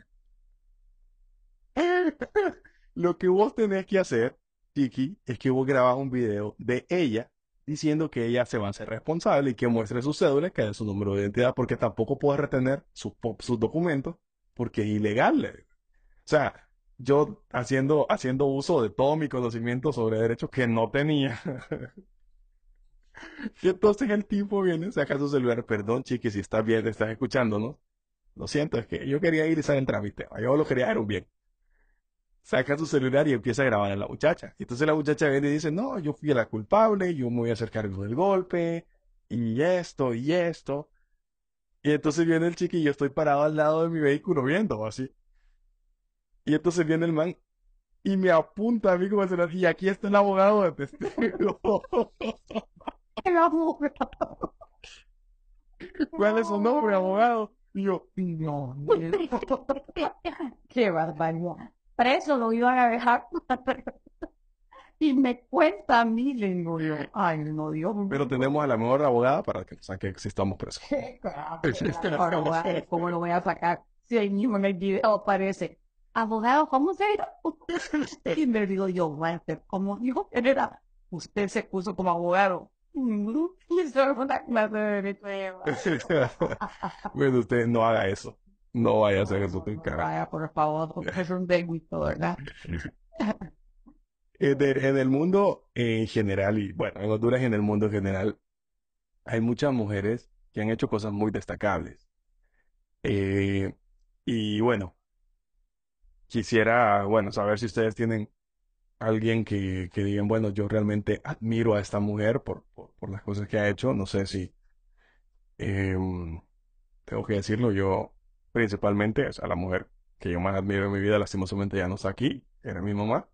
Speaker 1: Lo que vos tenés que hacer, Chiqui, es que vos grabas un video de ella diciendo que ella se va a hacer responsable y que muestre su cédula, que es su número de identidad, porque tampoco puede retener sus documentos, porque es ilegal. Le digo. O sea, yo haciendo uso de todo mi conocimiento sobre derechos que no tenía. Y entonces el tipo viene, saca su celular, perdón, Chiqui, si estás bien, te estás escuchando, ¿no? Lo siento, es que yo quería ir y saber el trámite, yo lo quería dar un bien. Saca su celular y empieza a grabar a la muchacha. Y entonces la muchacha viene y dice, no, yo fui la culpable, yo me voy a hacer cargo del golpe, y esto, y esto. Y entonces viene el chiquillo, estoy parado al lado de mi vehículo viendo, así. Y entonces viene el man y me apunta a mí como se lo y aquí está el abogado de testigo. ¿Cuál es su nombre, abogado? Y yo,
Speaker 3: No, qué barbaridad. Preso lo iban a dejar. Y me cuenta a mí, le digo yo, ay, no, Dios
Speaker 1: pero
Speaker 3: mío.
Speaker 1: tenemos a la mejor abogada para que nos saque si estamos presos.
Speaker 3: Qué carajo, ¿cómo lo voy a sacar? Si ahí mismo en el video aparece, abogado, ¿cómo se llama usted? Y me digo yo, bueno, ¿cómo dijo que era? Usted se puso como abogado. Y eso es una clase de derecho.
Speaker 1: Bueno, usted no haga eso. No vaya a hacer eso,
Speaker 3: No,
Speaker 1: cara.
Speaker 3: vaya, por favor, porque es un delito, ¿verdad?
Speaker 1: En el mundo en general, y bueno, en Honduras y en el mundo en general, hay muchas mujeres que han hecho cosas muy destacables. Eh, y bueno, quisiera, bueno, saber si ustedes tienen alguien que digan, bueno, yo realmente admiro a esta mujer por las cosas que ha hecho. No sé si em, tengo que decirlo, yo principalmente, o sea, la mujer que yo más admiro en mi vida, lastimosamente ya no está aquí, era mi mamá.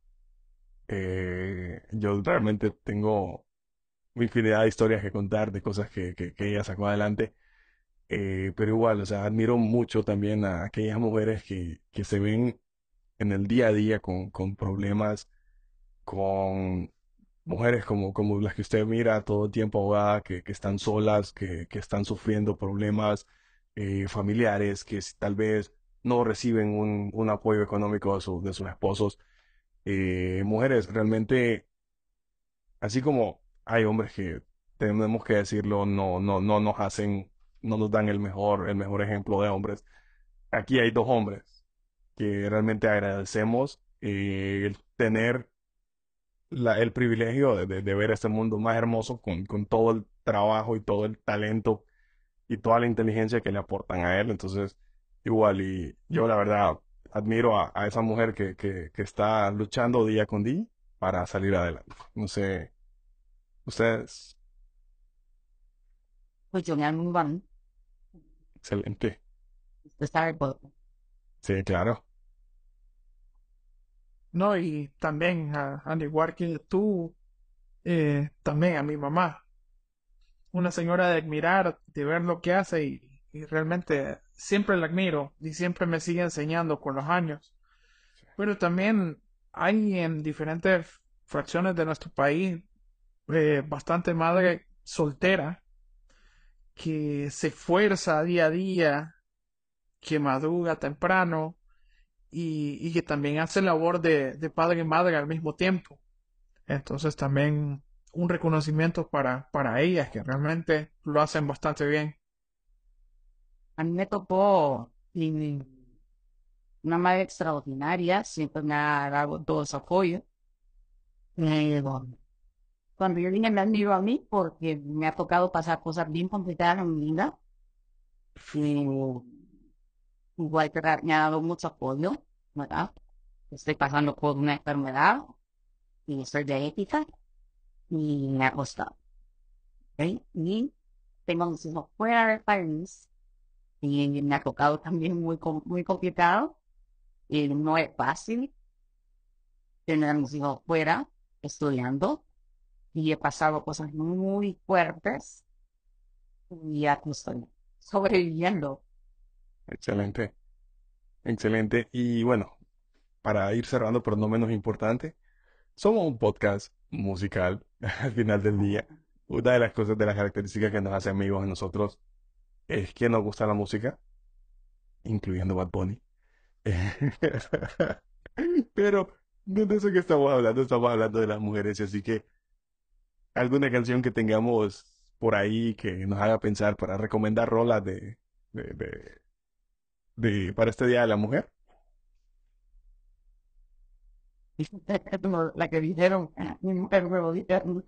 Speaker 1: Yo realmente tengo infinidad de historias que contar, de cosas que ella sacó adelante. Pero igual, o sea, admiro mucho también a aquellas mujeres que se ven en el día a día con problemas, con mujeres como las que usted mira todo el tiempo ahogadas, que están solas, que están sufriendo problemas familiares, que tal vez no reciben un apoyo económico de sus esposos. Mujeres realmente, así como hay hombres que tenemos que decirlo, no nos hacen, no nos dan el mejor ejemplo de hombres. Aquí hay dos hombres que realmente agradecemos el tener el privilegio de ver este mundo más hermoso con todo el trabajo y todo el talento y toda la inteligencia que le aportan a él. Entonces, igual, y yo la verdad admiro a esa mujer que está luchando día con día para salir adelante. No sé, ustedes,
Speaker 3: Pues yo me amo, van,
Speaker 1: excelente.
Speaker 3: usted sabe, pues,
Speaker 1: Sí, claro.
Speaker 2: No, y también, al igual que tú, también a mi mamá, una señora de admirar, de ver lo que hace y realmente siempre la admiro y siempre me sigue enseñando con los años. Pero también hay en diferentes fracciones de nuestro país bastante madre soltera que se esfuerza día a día, que madruga temprano y que también hacen labor de padre y madre al mismo tiempo. Entonces también un reconocimiento para ellas que realmente lo hacen bastante bien.
Speaker 3: A mí me tocó una madre extraordinaria, siempre me ha dado todo su apoyo. Bueno, cuando yo vine me admiró a mí porque me ha tocado pasar cosas bien complicadas en mi vida. Y igual que me ha dado mucho apoyo, ¿verdad? Estoy pasando por una enfermedad y soy diabética y me ha costado, ¿ok? Y tengo mis hijos fuera del país y me ha tocado también muy complicado y no es fácil tener a mis hijos fuera estudiando y he pasado cosas muy fuertes y aquí estoy sobreviviendo.
Speaker 1: Excelente, excelente. Y bueno, para ir cerrando, pero no menos importante, somos un podcast musical al final del día. Una de las cosas, de las características que nos hace amigos a nosotros es que nos gusta la música, incluyendo Bad Bunny. Pero no es de eso que estamos hablando de las mujeres, así que alguna canción que tengamos por ahí que nos haga pensar para recomendar rolas de, de- para este Día de la Mujer.
Speaker 3: Como la que dijeron, mi mujer me dijeron.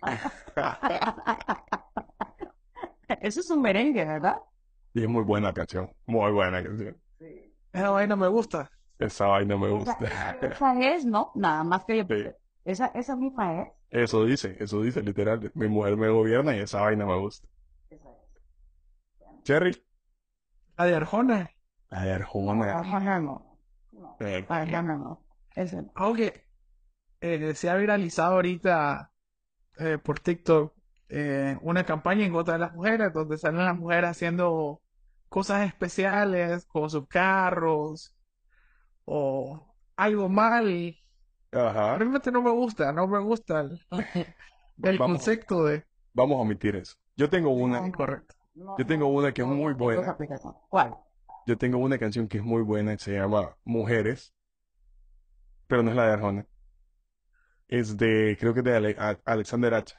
Speaker 3: Eso es un merengue, ¿verdad?
Speaker 1: Y es muy buena canción, muy buena canción.
Speaker 3: Sí.
Speaker 2: Esa vaina me gusta.
Speaker 1: Esa vaina me
Speaker 3: Esa,
Speaker 1: gusta.
Speaker 3: esa es, ¿no? Nada más que
Speaker 1: Sí,
Speaker 3: esa misma es.
Speaker 1: eso dice literal. Mi mujer me gobierna y esa vaina me gusta.
Speaker 3: Esa es.
Speaker 1: Cherry,
Speaker 2: La de Arjona.
Speaker 1: a ver,
Speaker 3: No,
Speaker 1: Juana.
Speaker 3: Arjona no. No,
Speaker 1: eh,
Speaker 3: Arjona no. Ese no.
Speaker 2: Aunque se ha viralizado ahorita por TikTok una campaña en contra de las mujeres, donde salen las mujeres haciendo cosas especiales con sus carros o algo mal. Y
Speaker 1: Ajá.
Speaker 2: realmente no me gusta el
Speaker 1: Vamos,
Speaker 2: concepto de...
Speaker 1: vamos a omitir eso.
Speaker 3: No,
Speaker 2: Correcto.
Speaker 1: Yo tengo una que es muy
Speaker 3: no tengo esa
Speaker 1: buena.
Speaker 3: aplicación. ¿Cuál?
Speaker 1: Yo tengo una canción que es muy buena, se llama Mujeres, pero no es la de Arjona. Es de, creo que es de Alexander H.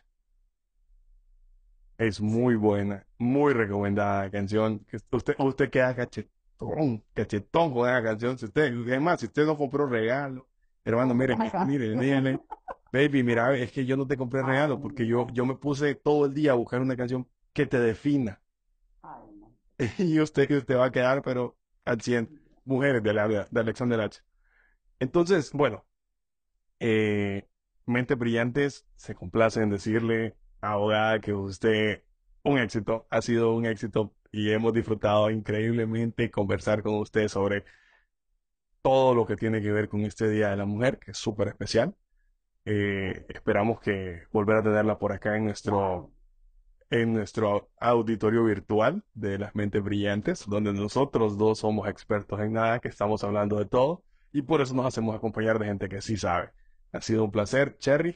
Speaker 1: Es muy buena, muy recomendada canción. Que usted queda cachetón, cachetón con esa canción. Si usted, es más, si usted no compró regalo, hermano, mire, mire, dígale, baby, mira, es que yo no te compré regalo porque yo me puse todo el día a buscar una canción que te defina.
Speaker 3: Ay, no.
Speaker 1: Y usted va a quedar, pero al 100. Mujeres de Alexander H. Entonces, bueno, eh, Mentes Brillantes se complace en decirle, abogada, que usted un éxito, ha sido un éxito y hemos disfrutado increíblemente conversar con usted sobre todo lo que tiene que ver con este Día de la Mujer, que es súper especial. Esperamos que volver a tenerla por acá en nuestro auditorio virtual de las Mentes Brillantes, donde nosotros dos somos expertos en nada, que estamos hablando de todo y por eso nos hacemos acompañar de gente que sí sabe. Ha sido un placer, Cherry.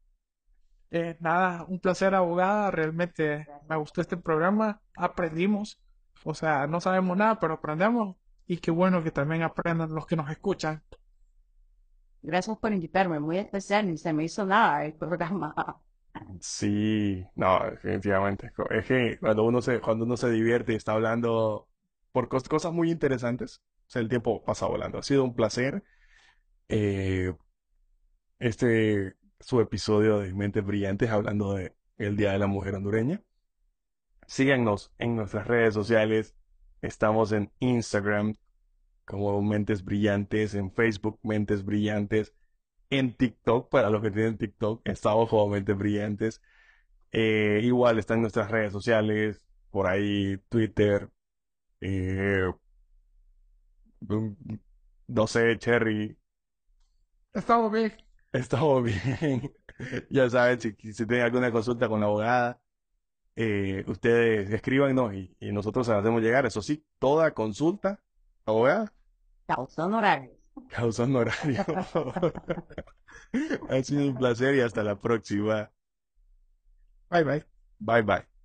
Speaker 2: Nada, un placer, abogada. Realmente me gustó este programa. Aprendimos. O sea, no sabemos nada, pero aprendemos. Y qué bueno que también aprendan los que nos escuchan.
Speaker 3: Gracias por invitarme, muy especial, ni se me hizo nada el programa.
Speaker 1: Sí, no, definitivamente. Es que cuando uno se divierte y está hablando por cosas muy interesantes, o sea, el tiempo pasa volando. Ha sido un placer. eh, su episodio de Mentes Brillantes hablando de el Día de la Mujer hondureña. Síganos en nuestras redes sociales. Estamos en Instagram como Mentes Brillantes, en Facebook Mentes Brillantes, en TikTok, para los que tienen TikTok, estamos como Mentes Brillantes. Igual están nuestras redes sociales, por ahí Twitter, eh, mm, no sé, Cherry,
Speaker 2: Estamos bien.
Speaker 1: estamos bien. Ya saben, si tienen alguna consulta con la abogada, ustedes escríbanos y nosotros se las hacemos llegar. Eso sí, toda consulta, abogada,
Speaker 3: Causó honorarios.
Speaker 1: causa honorario. Ha sido un placer y hasta la próxima.
Speaker 2: Bye bye.
Speaker 1: Bye bye.